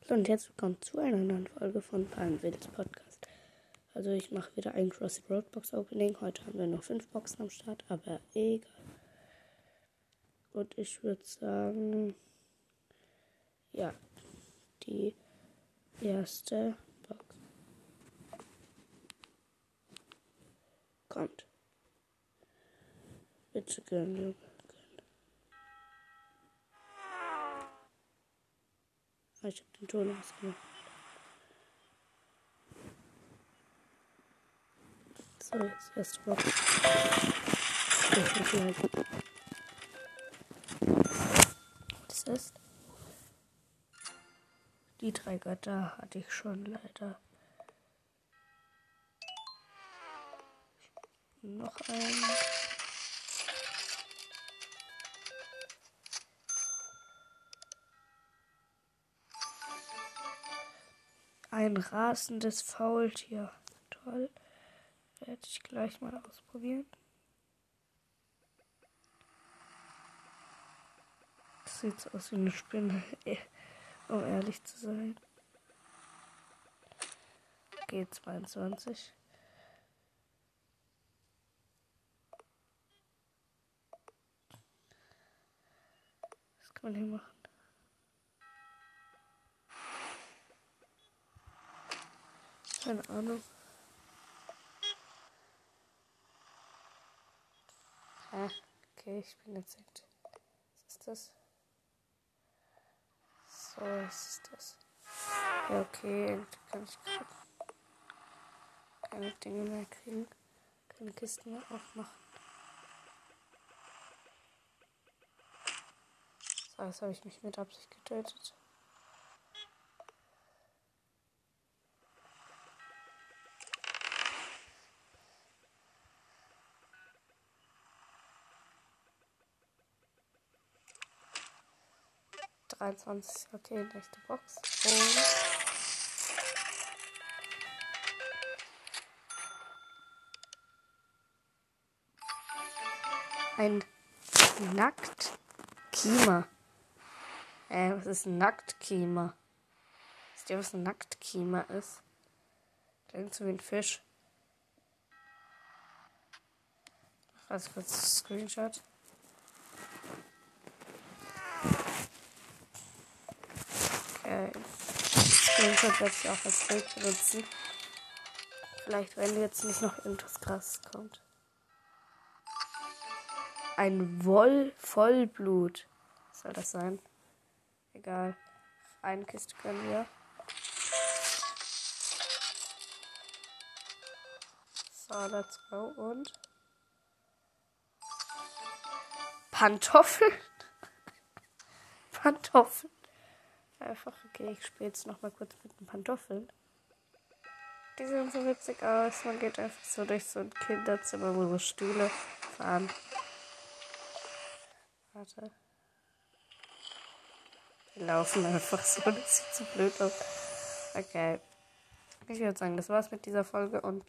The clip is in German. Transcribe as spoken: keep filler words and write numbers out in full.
Und jetzt willkommen zu einer neuen Folge von Palmwils Podcast. Also ich mache wieder ein Crossy Roadbox Opening. Heute haben wir noch fünf Boxen am Start, aber egal. Und ich würde sagen, ja, die erste Box kommt. Bitte gönn, Junge. Ich habe den Ton ausgemacht. So, jetzt erste Box. Das ist. Die drei Götter hatte ich schon leider. Noch ein. Ein rasendes Faultier. Toll. Werde ich gleich mal ausprobieren. Das sieht so aus wie eine Spinne, um ehrlich zu sein. G zweiundzwanzig. Was kann man hier machen? Keine Ahnung. Hä? Okay, ich bin jetzt echt. Was ist das? So, was ist das? Ja, okay, kann ich keine Dinge mehr kriegen. Keine Kisten mehr aufmachen. So, jetzt habe ich mich mit Absicht getötet. dreiundzwanzig, okay, nächste Box. Und ein Nacktkiemer. Äh, was ist ein Nacktkiemer? Wisst ihr, was ein Nacktkiemer ist? Klingt so wie ein Fisch. Also kurz Screenshot. Okay. Screenshot werde ich auch als Bild benutzen. Vielleicht, wenn jetzt nicht noch irgendwas Krasses kommt. Ein Woll Vollblut. Was soll das sein? Egal. Eine Kiste können wir. So, let's go. Und Pantoffeln. Pantoffeln. Einfach, okay, ich spiele jetzt noch mal kurz mit den Pantoffeln. Die sehen so witzig aus. Man geht einfach so durch so ein Kinderzimmer, wo so Stühle fahren. Warte. Die laufen einfach so. Das sieht so blöd aus. Okay. Ich würde sagen, das war's mit dieser Folge und